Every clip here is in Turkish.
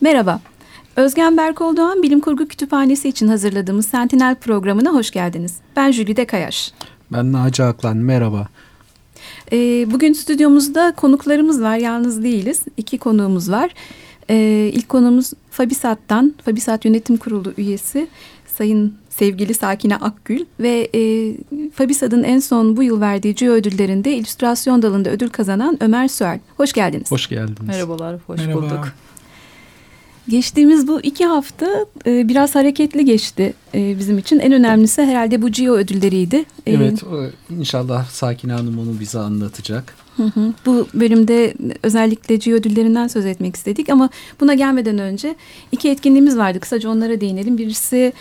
Merhaba, Özgen Berkoldoğan Bilim Kurgu Kütüphanesi için hazırladığımız Sentinel programına hoş geldiniz. Ben Jülide Kayaş. Ben Naci Aklan, merhaba. Bugün stüdyomuzda konuklarımız var, yalnız değiliz. 2 konuğumuz var. İlk konuğumuz Fabisat'tan, Fabisat Yönetim Kurulu üyesi Sayın sevgili Sakine Akgül ve Fabisat'ın en son bu yıl verdiği CİO ödüllerinde illüstrasyon dalında ödül kazanan Ömer Süer. Hoş geldiniz. Hoş geldiniz. Merhabalar, hoş Merhaba. bulduk. Geçtiğimiz bu 2 hafta biraz hareketli geçti bizim için. En önemlisi herhalde bu CİO ödülleriydi. Evet, inşallah Sakine Hanım onu bize anlatacak. Bu bölümde özellikle CİO ödüllerinden söz etmek istedik ama buna gelmeden önce 2 etkinliğimiz vardı. Kısaca onlara değinelim. Birisi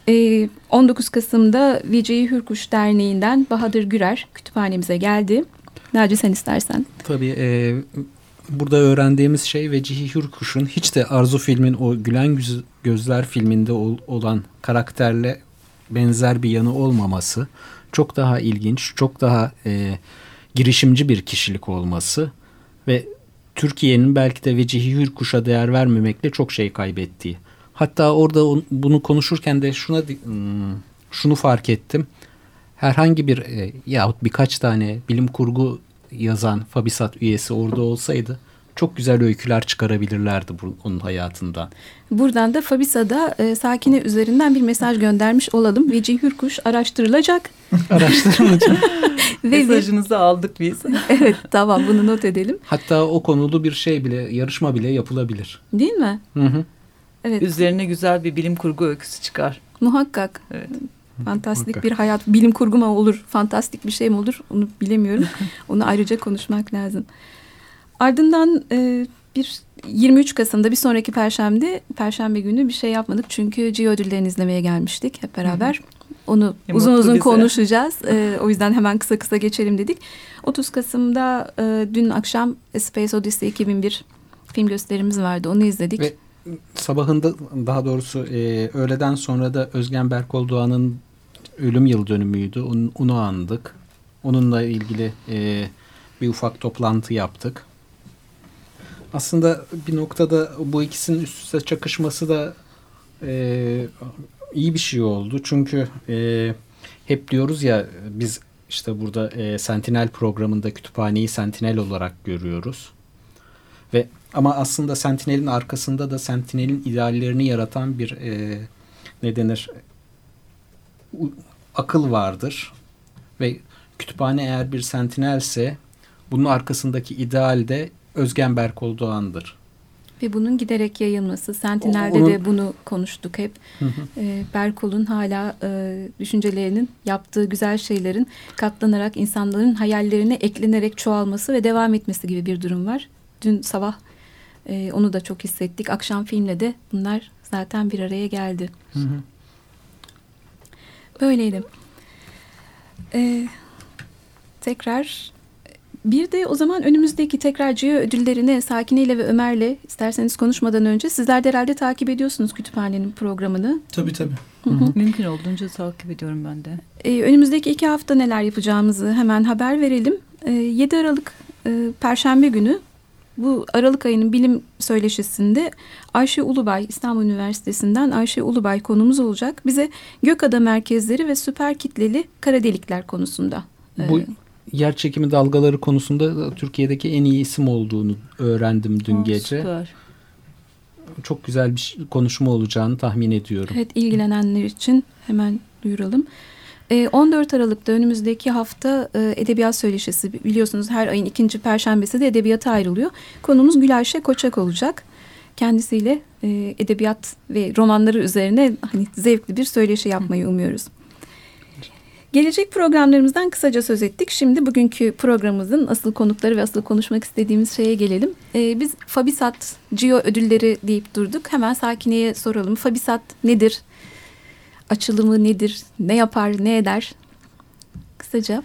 19 Kasım'da Vecihi Hürkuş Derneği'nden Bahadır Gürer kütüphanemize geldi. Naci sen istersen. Tabii burada öğrendiğimiz şey Vecihi Hürkuş'un hiç de Arzu filmin o Gülen Gözler filminde olan karakterle benzer bir yanı olmaması. Çok daha ilginç, çok daha girişimci bir kişilik olması ve Türkiye'nin belki de Vecihi Hürkuş'a değer vermemekle çok şey kaybettiği. Hatta orada bunu konuşurken de şunu fark ettim. Herhangi bir yahut birkaç tane bilim kurgu yazan Fabisat üyesi orada olsaydı çok güzel öyküler çıkarabilirlerdi onun hayatından. Buradan da Fabisat'a Sakine üzerinden bir mesaj göndermiş olalım. Vecihi Hürkuş araştırılacak. Araştırılacak. Mesajınızı aldık biz. Evet, tamam, bunu not edelim. Hatta o konulu bir yarışma bile yapılabilir. Değil mi? Hı. Evet. Üzerine güzel bir bilim kurgu öyküsü çıkar. Muhakkak. Evet. Fantastik Muhakkak. bir hayat, bilim kurgu mu olur, fantastik bir şey mi olur onu bilemiyorum. Onu ayrıca konuşmak lazım. Ardından 23 Kasım'da bir sonraki Perşembe günü bir şey yapmadık. Çünkü CİO ödüllerini izlemeye gelmiştik hep beraber. Onu uzun konuşacağız. O yüzden hemen kısa geçelim dedik. 30 Kasım'da dün akşam Space Odyssey 2001 film gösterimiz vardı. Onu izledik. Ve sabahında, daha doğrusu öğleden sonra da Özgen Berkoldoğan'ın ölüm yıl dönümüydü. Onu andık. Onunla ilgili bir ufak toplantı yaptık. Aslında bir noktada bu ikisinin üst üste çakışması da iyi bir şey oldu. Çünkü hep diyoruz ya, biz işte burada Sentinel programında kütüphaneyi Sentinel olarak görüyoruz. Ama aslında Sentinel'in arkasında da Sentinel'in ideallerini yaratan bir akıl vardır. Ve kütüphane eğer bir Sentinelse bunun arkasındaki ideal de Özgen Berkoldoğan'dır. Ve bunun giderek yayılması. Sentinel'de de bunu konuştuk hep. Berkol'un hala düşüncelerinin, yaptığı güzel şeylerin katlanarak insanların hayallerine eklenerek çoğalması ve devam etmesi gibi bir durum var. Dün sabah onu da çok hissettik. Akşam filmle de bunlar zaten bir araya geldi. Böyleydi. Tekrar bir de o zaman önümüzdeki tekrar CİO ödüllerini Sakine ile ve Ömer'le isterseniz konuşmadan önce, sizler de herhalde takip ediyorsunuz kütüphanenin programını. Tabii. Mümkün olduğunca takip ediyorum ben de. Önümüzdeki 2 hafta neler yapacağımızı hemen haber verelim. 7 Aralık Perşembe günü bu Aralık ayının bilim söyleşisinde Ayşe Ulubay, İstanbul Üniversitesi'nden Ayşe Ulubay konumuz olacak. Bize gökada merkezleri ve süper kitleli kara delikler konusunda. Bu yer çekimi dalgaları konusunda Türkiye'deki en iyi isim olduğunu öğrendim dün gece. Süper. Çok güzel bir konuşma olacağını tahmin ediyorum. Evet, ilgilenenler için hemen duyuralım. 14 Aralık'ta önümüzdeki hafta edebiyat söyleşisi, biliyorsunuz her ayın 2. Perşembesi de edebiyata ayrılıyor. Konumuz Gülayşe Koçak olacak. Kendisiyle edebiyat ve romanları üzerine zevkli bir söyleşi yapmayı umuyoruz. Gelecek programlarımızdan kısaca söz ettik. Şimdi bugünkü programımızın asıl konukları ve asıl konuşmak istediğimiz şeye gelelim. Biz Fabisat CİO ödülleri deyip durduk. Hemen Sakine'ye soralım. Fabisat nedir? Açılımı nedir? Ne yapar? Ne eder? Kısaca.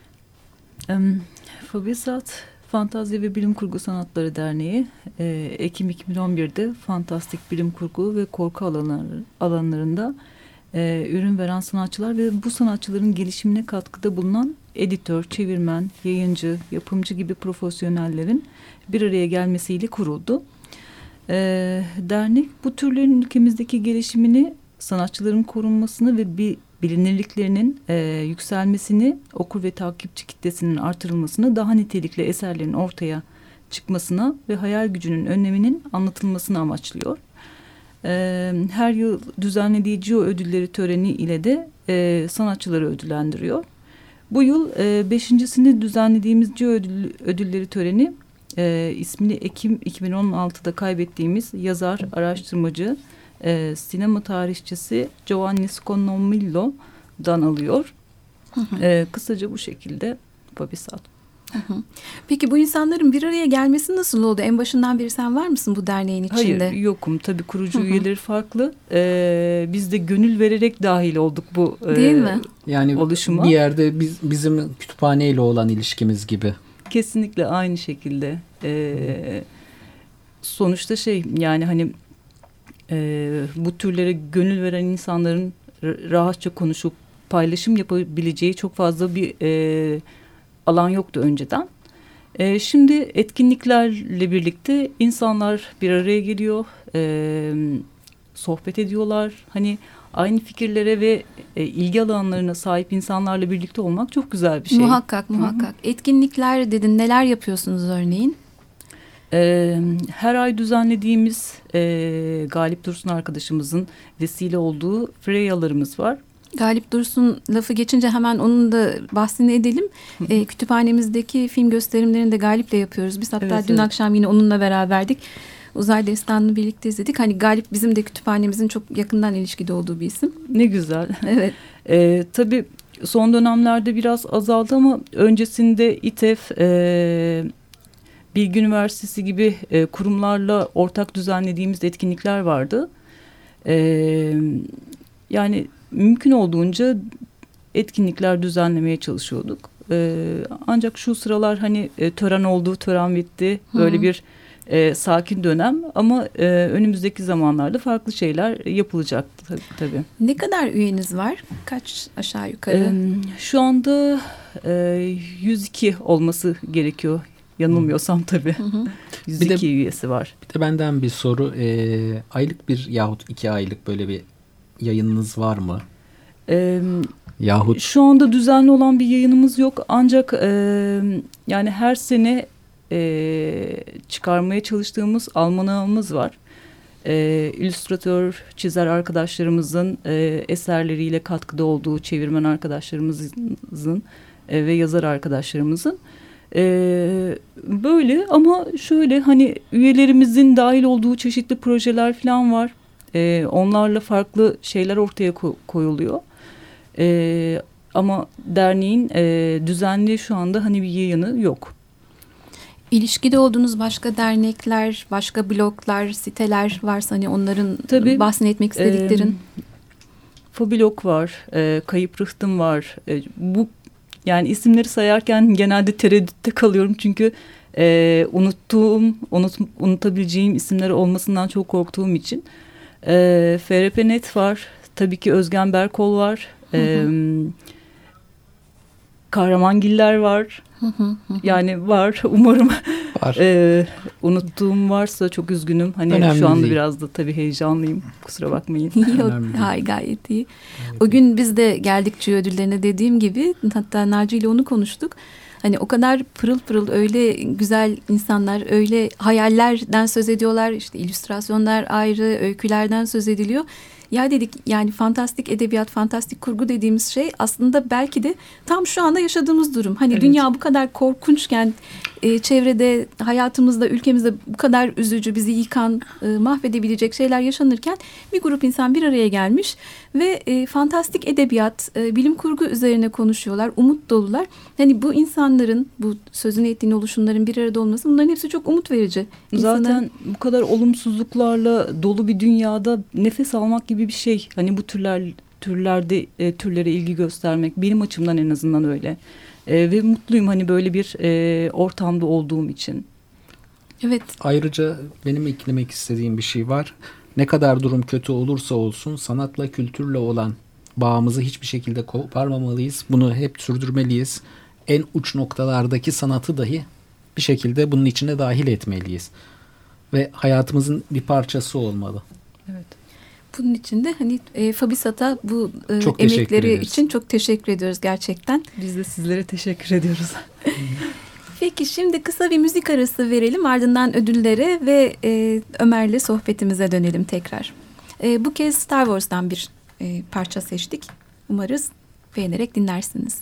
Fabisat Fantazi ve Bilim Kurgu Sanatları Derneği Ekim 2011'de fantastik bilim kurgu ve korku alanlarında ürün veren sanatçılar ve bu sanatçıların gelişimine katkıda bulunan editör, çevirmen, yayıncı, yapımcı gibi profesyonellerin bir araya gelmesiyle kuruldu. Dernek bu türlerin ülkemizdeki gelişimini, sanatçıların korunmasını ve bilinirliklerinin yükselmesini, okur ve takipçi kitlesinin artırılmasını, daha nitelikli eserlerin ortaya çıkmasına ve hayal gücünün önleminin anlatılmasını amaçlıyor. Her yıl düzenlediği CİO ödülleri töreni ile de sanatçıları ödüllendiriyor. Bu yıl 5.sini düzenlediğimiz CİO ödülleri töreni ismini Ekim 2016'da kaybettiğimiz yazar, araştırmacı, sinema tarihçisi Giovanni Scognamilo'dan alıyor. Kısaca bu şekilde Fabisat. Peki bu insanların bir araya gelmesi nasıl oldu? En başından beri sen var mısın bu derneğin içinde? Hayır, yokum. Tabii kurucu üyeleri farklı. Biz de gönül vererek dahil olduk bu değil mi? Yani oluşuma. Bir yerde bizim kütüphaneyle olan ilişkimiz gibi. Kesinlikle aynı şekilde. Sonuçta yani hani bu türlere gönül veren insanların rahatça konuşup paylaşım yapabileceği çok fazla bir alan yoktu önceden. Şimdi etkinliklerle birlikte insanlar bir araya geliyor, sohbet ediyorlar. Hani aynı fikirlere ve ilgi alanlarına sahip insanlarla birlikte olmak çok güzel bir şey. Muhakkak. Hı-hı. Etkinlikler dedin, neler yapıyorsunuz örneğin? Her ay düzenlediğimiz Galip Dursun arkadaşımızın vesile olduğu Freyalarımız var. Galip Dursun lafı geçince hemen onun da bahsini edelim. Kütüphanemizdeki film gösterimlerini de Galip'le yapıyoruz. Biz hatta dün akşam yine onunla beraberdik. Uzay Destanı'nı birlikte izledik. Hani Galip bizim de kütüphanemizin çok yakından ilişkide olduğu bir isim. Ne güzel. Evet. Tabii son dönemlerde biraz azaldı ama öncesinde İTEF, Bilgi Üniversitesi gibi kurumlarla ortak düzenlediğimiz etkinlikler vardı. Yani mümkün olduğunca etkinlikler düzenlemeye çalışıyorduk. Ancak şu sıralar hani tören oldu, tören bitti. Böyle bir sakin dönem ama önümüzdeki zamanlarda farklı şeyler yapılacak tabii. Ne kadar üyeniz var? Kaç aşağı yukarı? Şu anda 102 olması gerekiyor. Yanılmıyorsam tabii. 102 üyesi var. Bir de benden bir soru. Aylık bir yahut 2 aylık böyle bir yayınınız var mı? Yahut şu anda düzenli olan bir yayınımız yok. Ancak yani her sene çıkarmaya çalıştığımız almanağımız var. İllüstratör, çizer arkadaşlarımızın eserleriyle katkıda olduğu çevirmen arkadaşlarımızın ve yazar arkadaşlarımızın böyle ama şöyle hani üyelerimizin dahil olduğu çeşitli projeler falan var. Onlarla farklı şeyler ortaya koyuluyor. Ama derneğin düzenli şu anda hani bir yayını yok. İlişkide olduğunuz başka dernekler, başka bloglar, siteler varsa hani onların tabii, bahsini etmek istediklerin. Fobilog var, Kayıp Rıhtım var. Bu yani isimleri sayarken genelde tereddütte kalıyorum çünkü unutabileceğim isimler olmasından çok korktuğum için. FRP.net var, tabii ki Özgen Berkol var. Kahramangiller var. Yani var. Umarım var. Unuttuğum varsa çok üzgünüm. Hani önemli şu anda değil. Biraz da tabii heyecanlıyım. Kusura bakmayın. Yok, hayır, gayet iyi. O gün biz de geldik CİO ödüllerine dediğim gibi. Hatta Naci ile onu konuştuk. Hani o kadar pırıl pırıl öyle güzel insanlar, öyle hayallerden söz ediyorlar. İşte illüstrasyonlar ayrı, öykülerden söz ediliyor. Ya dedik yani fantastik edebiyat, fantastik kurgu dediğimiz şey aslında belki de tam şu anda yaşadığımız durum. Hani evet. Dünya bu kadar korkunçken çevrede, hayatımızda, ülkemizde bu kadar üzücü, bizi yıkan, mahvedebilecek şeyler yaşanırken bir grup insan bir araya gelmiş ve fantastik edebiyat, bilim kurgu üzerine konuşuyorlar, umut dolular. Hani bu insanların, bu sözünü ettiğin oluşumların bir arada olması bunların hepsi çok umut verici. Zaten bu kadar olumsuzluklarla dolu bir dünyada nefes almak gibi bir şey. Hani bu türlere ilgi göstermek benim açımdan en azından öyle. Ve mutluyum hani böyle bir ortamda olduğum için. Evet. Ayrıca benim eklemek istediğim bir şey var. Ne kadar durum kötü olursa olsun sanatla, kültürle olan bağımızı hiçbir şekilde koparmamalıyız. Bunu hep sürdürmeliyiz. En uç noktalardaki sanatı dahi bir şekilde bunun içine dahil etmeliyiz. ve hayatımızın bir parçası olmalı. Evet. Bunun için de hani Fabisat'a bu çok emekleri için çok teşekkür ediyoruz gerçekten. Biz de sizlere teşekkür ediyoruz. Peki şimdi kısa bir müzik arası verelim, ardından ödüllere ve Ömer'le sohbetimize dönelim tekrar. Bu kez Star Wars'tan bir parça seçtik. Umarız beğenerek dinlersiniz.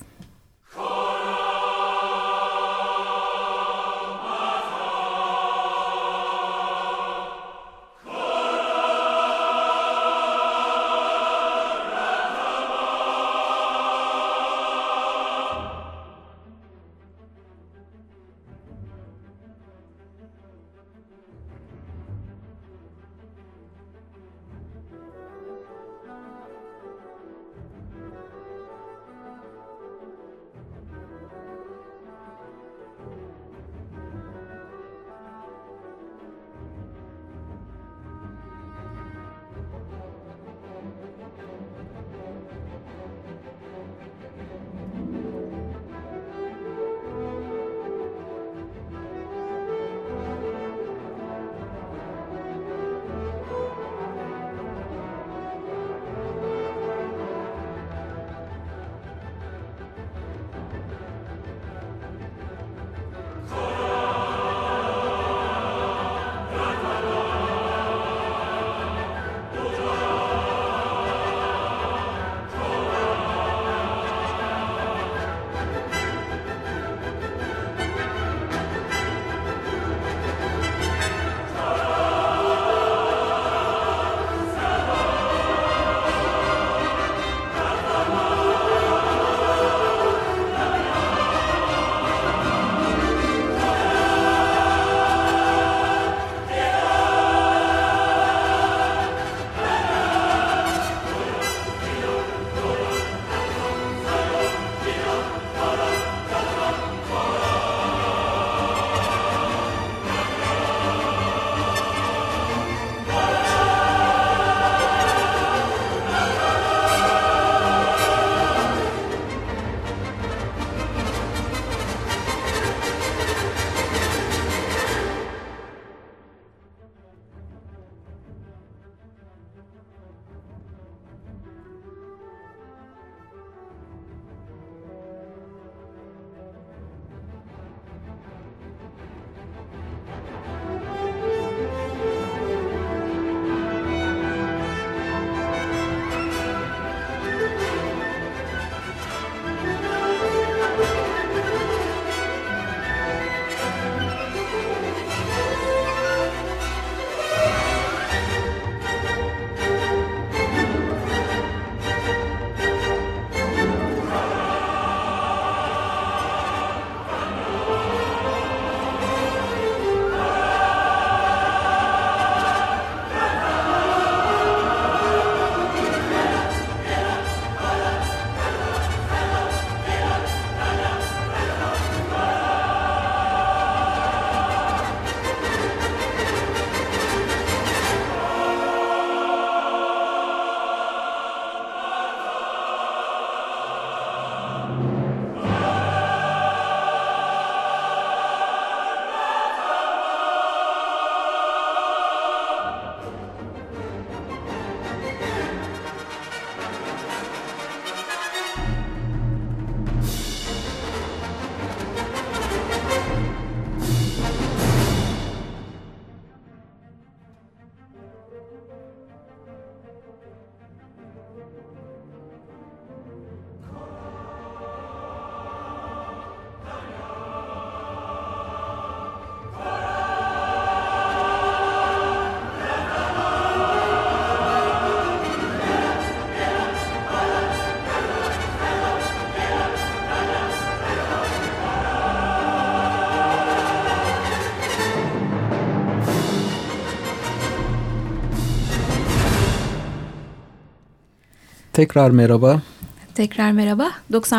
Tekrar merhaba. Tekrar merhaba.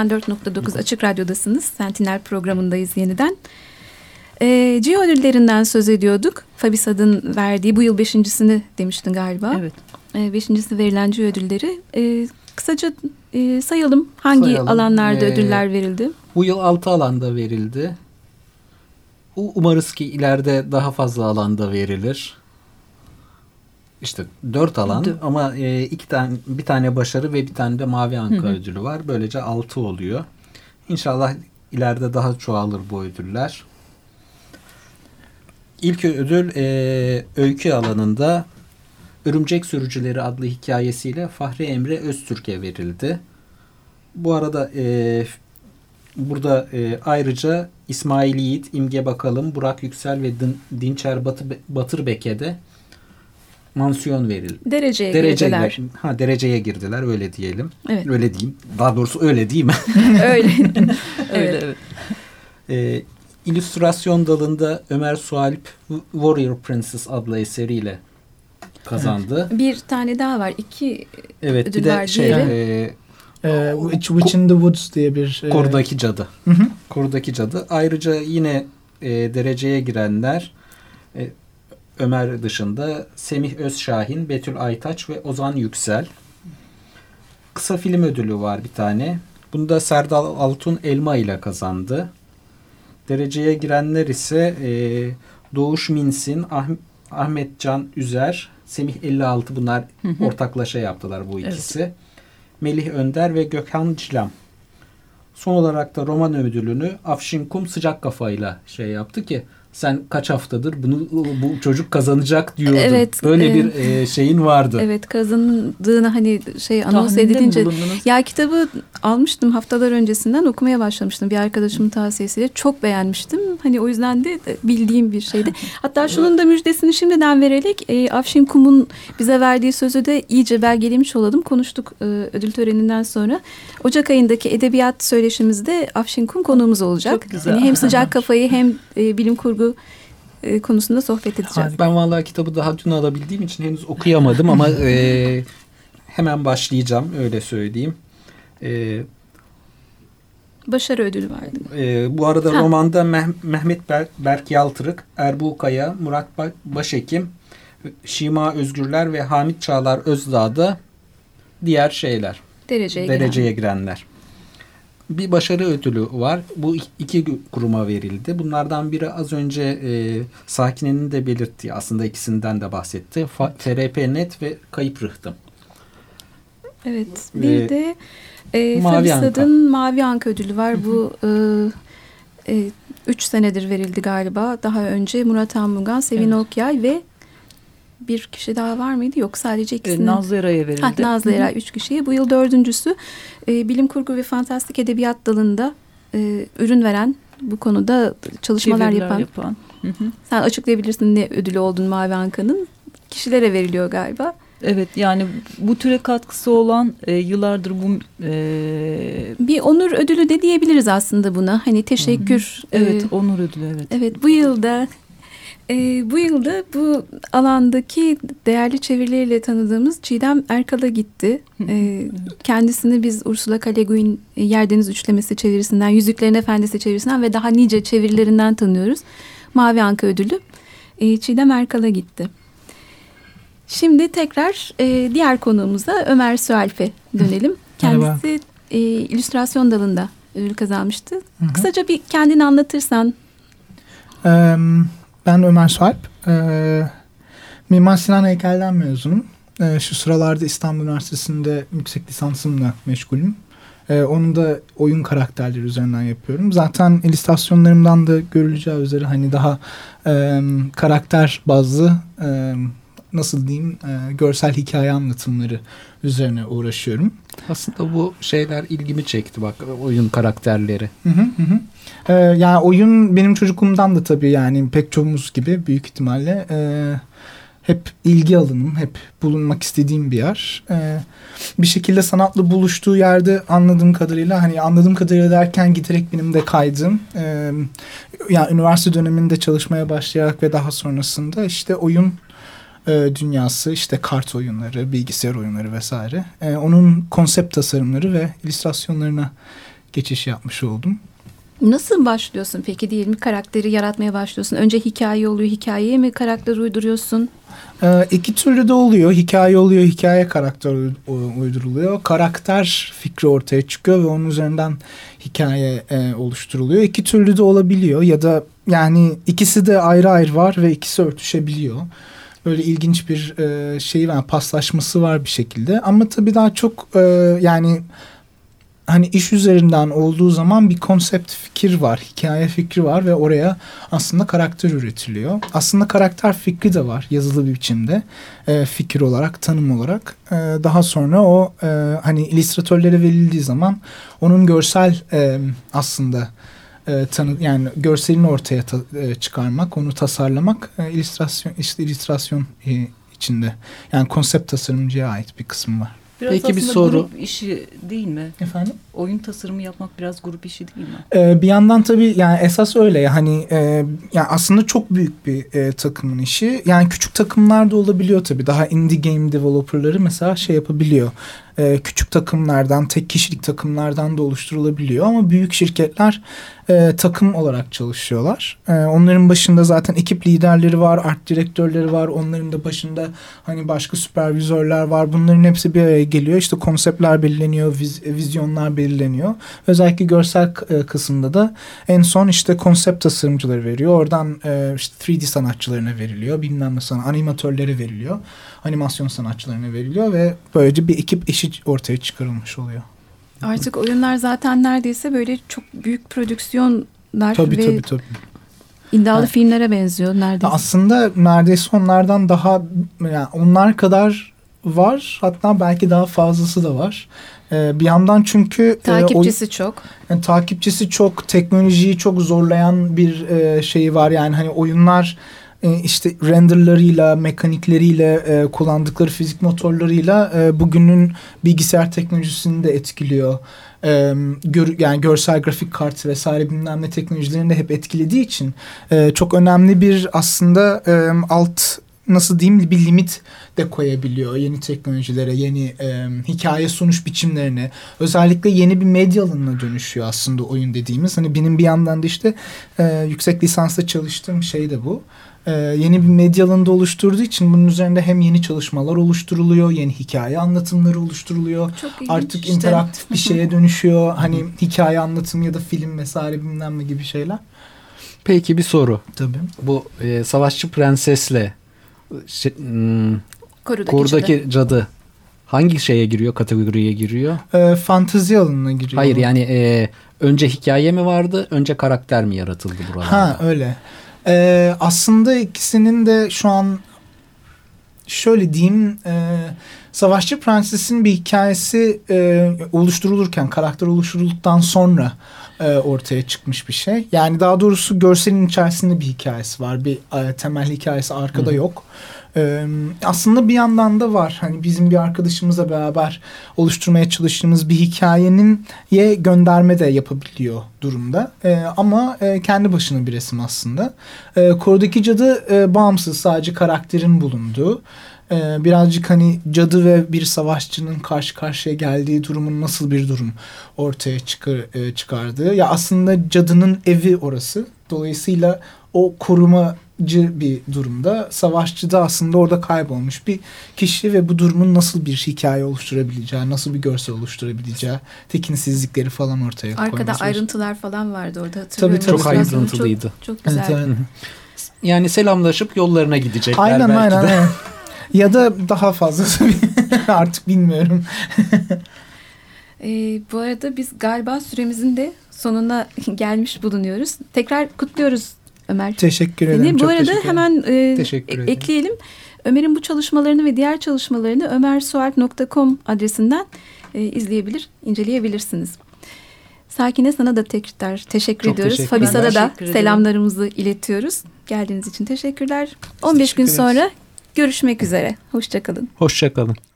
94.9 Açık Radyo'dasınız. Sentinel programındayız yeniden. Geo ödüllerinden söz ediyorduk. Fabisat'ın verdiği bu yıl 5.'sini demiştin galiba. Evet. 5.'si verilen Geo ödülleri. Kısaca sayalım hangi alanlarda ödüller verildi? Bu yıl 6 alanda verildi. Umarız ki ileride daha fazla alanda verilir. İşte 4 alan ama bir tane başarı ve bir tane de Mavi Anka ödülü var. Böylece 6 oluyor. İnşallah ileride daha çoğalır bu ödüller. İlk ödül öykü alanında Örümcek Sürücüleri adlı hikayesiyle Fahri Emre Öztürk'e verildi. Bu arada burada ayrıca İsmail Yiğit, İmge Bakalım, Burak Yüksel ve Dinçer Batırbek'e de mansiyon verildi. Dereceye girdiler. Dereceye girdiler, öyle diyelim. Evet. Öyle diyeyim. Daha doğrusu öyle değil mi? Öyle. Evet. İllüstrasyon dalında Ömer Sualp Warrior Princess adlı eseriyle kazandı. Bir tane daha var. 2 evet, ödül bir de var diğeri. Witch in the Woods diye bir... Kordaki Cadı. Kordaki Cadı. Ayrıca yine dereceye girenler Ömer dışında Semih Özşahin, Betül Aytaç ve Ozan Yüksel. Kısa film ödülü var bir tane. Bunda Serdal Altun Elma ile kazandı. Dereceye girenler ise Doğuş Minsin, Ahmet Can Üzer, Semih 56, bunlar ortaklaşa yaptılar bu ikisi. Evet. Melih Önder ve Gökhan Cilam. Son olarak da roman ödülünü Afşin Kum Sıcak Kafa'yla yaptı ki sen kaç haftadır bu çocuk kazanacak diyordun. Evet, böyle bir şeyin vardı. Evet, kazandığını anons edilince ya kitabı almıştım haftalar öncesinden, okumaya başlamıştım bir arkadaşımın tavsiyesiyle. Çok beğenmiştim. O yüzden de bildiğim bir şeydi. Hatta şunun da müjdesini şimdiden vererek Afşin Kum'un bize verdiği sözü de iyice belgelemiş olalım. Konuştuk ödül töreninden sonra. Ocak ayındaki edebiyat söyleşimizde Afşin Kum konuğumuz olacak. Çok güzel. Hem sıcak kafayı hem bilim kurgu konusunda sohbet edeceğiz. Ben vallahi kitabı daha dün alabildiğim için henüz okuyamadım ama hemen başlayacağım, öyle söyleyeyim. Başarı ödülü vardı. Bu arada romanda Mehmet Berk Yaltırık, Erbuğ Kaya, Murat Başekim, Şima Özgürler ve Hamit Çağlar Özdağ'da diğer dereceye girenler. Bir başarı ödülü var. Bu 2 kuruma verildi. Bunlardan biri az önce Sakine'nin de belirttiği, aslında ikisinden de bahsetti. FRP.net ve Kayıp Rıhtım. Evet. Bir de Fabisad'ın Mavi Anka ödülü var. Bu 3 senedir verildi galiba. Daha önce Murat Anmungan, Sevin Okyay ve bir kişi daha var mıydı? Yok, sadece ikisinin. Nazlı Eray'a verildi. Nazlı Eray 3 kişiye. Bu yıl 4.'sü. Bilim kurgu ve fantastik edebiyat dalında ürün veren, bu konuda çalışmalar yapan. Sen açıklayabilirsin ne ödülü olduğunu Mavi Anka'nın. Kişilere veriliyor galiba. Evet, yani bu türe katkısı olan yıllardır bir onur ödülü de diyebiliriz aslında buna. Teşekkür. Evet, onur ödülü, evet. Evet, bu yılda bu alandaki değerli çevirileriyle tanıdığımız Çiğdem Erkal'a gitti. Kendisini biz Ursula K. Le Guin Yerdeniz Üçlemesi çevirisinden, Yüzüklerin Efendisi çevirisinden ve daha nice çevirilerinden tanıyoruz. Mavi Anka ödülü Çiğdem Erkal'a gitti. Şimdi tekrar diğer konuğumuza Ömer Sualp'e dönelim. Kendisi illüstrasyon dalında ödül kazanmıştı. Kısaca bir kendini anlatırsan. Ben Ömer Sualp. Mimar Sinan Heykel'den mezunum. Şu sıralarda İstanbul Üniversitesi'nde yüksek lisansımla meşgulüm. Onu da oyun karakterleri üzerinden yapıyorum. Zaten illüstrasyonlarımdan da görüleceği üzere daha karakter bazlı nasıl diyeyim görsel hikaye anlatımları üzerine uğraşıyorum. Aslında bu şeyler ilgimi çekti, bak, oyun karakterleri. Yani oyun benim çocukluğumdan da tabii, pek çoğumuz gibi büyük ihtimalle hep ilgi alanım, hep bulunmak istediğim bir yer. Bir şekilde sanatla buluştuğu yerde anladığım kadarıyla derken giderek benim de kaydığım. Yani üniversite döneminde çalışmaya başlayarak ve daha sonrasında oyun dünyası, kart oyunları, bilgisayar oyunları vesaire. Onun konsept tasarımları ve illüstrasyonlarına geçiş yapmış oldum. Nasıl başlıyorsun peki, diyelim karakteri yaratmaya başlıyorsun? Önce hikaye oluyor, hikayeye mi karakter uyduruyorsun? İki türlü de oluyor. Hikaye oluyor, hikaye karakter uyduruluyor. Karakter fikri ortaya çıkıyor ve onun üzerinden hikaye oluşturuluyor. İki türlü de olabiliyor ya da yani ikisi de ayrı ayrı var ve ikisi örtüşebiliyor. Böyle ilginç bir şey var, paslaşması var bir şekilde. Ama tabii daha çok yani hani iş üzerinden olduğu zaman bir konsept fikir var, hikaye fikri var ve oraya aslında karakter üretiliyor. Aslında karakter fikri de var yazılı bir biçimde, fikir olarak, tanım olarak. Daha sonra o hani illüstratörlere verildiği zaman onun görsel aslında yani görselini ortaya çıkarmak, onu tasarlamak illüstrasyon içinde. Yani konsept tasarımcıya ait bir kısmı var. Biraz Peki bir aslında soru. grup işi değil mi? Efendim? Oyun tasarımı yapmak biraz grup işi değil mi? Bir yandan tabii yani esas öyle. Hani yani aslında çok büyük bir takımın işi. Yani küçük takımlar da olabiliyor tabii. Daha indie game developerları mesela şey yapabiliyor. Küçük takımlardan, tek kişilik takımlardan da oluşturulabiliyor. Ama büyük şirketler takım olarak çalışıyorlar. Onların başında zaten ekip liderleri var, art direktörleri var. Onların da başında hani başka süpervizörler var. Bunların hepsi bir araya geliyor. İşte konseptler belirleniyor, vizyonlar belirleniyor. Özellikle görsel kısımda da en son işte konsept tasarımcıları veriyor. Oradan işte 3D sanatçılarına veriliyor. Bilmem ne animatörlere veriliyor. Animasyon sanatçılarına veriliyor ve böylece bir ekip işi ortaya çıkarılmış oluyor. Artık oyunlar zaten neredeyse böyle çok büyük prodüksiyonlar ve tabii. iddialı filmlere benziyor neredeyse. Aslında neredeyse onlardan daha, yani onlar kadar var, hatta belki daha fazlası da var. Bir yandan çünkü takipçisi çok. Yani takipçisi çok, teknolojiyi çok zorlayan bir şeyi var. Yani hani oyunlar işte renderlarıyla, mekanikleriyle, kullandıkları fizik motorlarıyla bugünün bilgisayar teknolojisini de etkiliyor. Yani görsel grafik kartı vesaire bilmem ne teknolojilerini de hep etkilediği için çok önemli bir aslında nasıl diyeyim, bir limit de koyabiliyor yeni teknolojilere, yeni hikaye sunuş biçimlerine. Özellikle yeni bir medya alanına dönüşüyor aslında oyun dediğimiz. Hani benim bir yandan da işte yüksek lisansta çalıştığım şey de bu. Yeni bir medya alanında oluşturduğu için bunun üzerinde hem yeni çalışmalar oluşturuluyor, yeni hikaye anlatımları oluşturuluyor. Artık işte interaktif bir şeye dönüşüyor. Hani hikaye anlatımı ya da film vesaire bilmem ne gibi şeyler. Peki bir soru. Tabii. Bu Savaşçı Prenses'le Kordaki cadı hangi şeye giriyor, kategoriye giriyor? Fantezi alanına giriyor. Hayır yani önce hikaye mi vardı, önce karakter mi yaratıldı buralarda? Ha öyle. Aslında ikisinin de şu an şöyle diyeyim, Savaşçı Prenses'in bir hikayesi oluşturulurken, karakter oluşturulduktan sonra ortaya çıkmış bir şey. Yani daha doğrusu görselin içerisinde bir hikayesi var. Bir temel hikayesi arkada yok. Aslında bir yandan da var. Hani bizim bir arkadaşımızla beraber oluşturmaya çalıştığımız bir hikayenin gönderme de yapabiliyor durumda. Ama kendi başına bir resim aslında. Kordaki cadı bağımsız, sadece karakterin bulunduğu. Birazcık hani cadı ve bir savaşçının karşı karşıya geldiği durumun nasıl bir durum ortaya çıkardığı. Ya aslında cadının evi orası. Dolayısıyla o korumacı bir durumda. Savaşçı da aslında orada kaybolmuş bir kişi ve bu durumun nasıl bir hikaye oluşturabileceği, nasıl bir görsel oluşturabileceği, tekinsizlikleri falan ortaya koymuş. Arkada ayrıntılar falan vardı orada, hatırlıyorum. Tabii. Çok ayrıntılıydı. Çok güzel. Evet. Yani selamlaşıp yollarına gidecekler aynen, belki de. Aynen. Ya da daha fazlası artık bilmiyorum. Bu arada biz galiba süremizin de sonuna gelmiş bulunuyoruz. Tekrar kutluyoruz Ömer. Teşekkür ederim. Bu arada hemen ekleyelim. Ömer'in bu çalışmalarını ve diğer çalışmalarını ömersualp.com adresinden izleyebilir, inceleyebilirsiniz. Sakine, sana da tekrar teşekkür ediyoruz. Fabisa'da da selamlarımızı iletiyoruz. Geldiğiniz için teşekkürler. 15 gün sonra görüşmek üzere. Hoşça kalın. Hoşça kalın.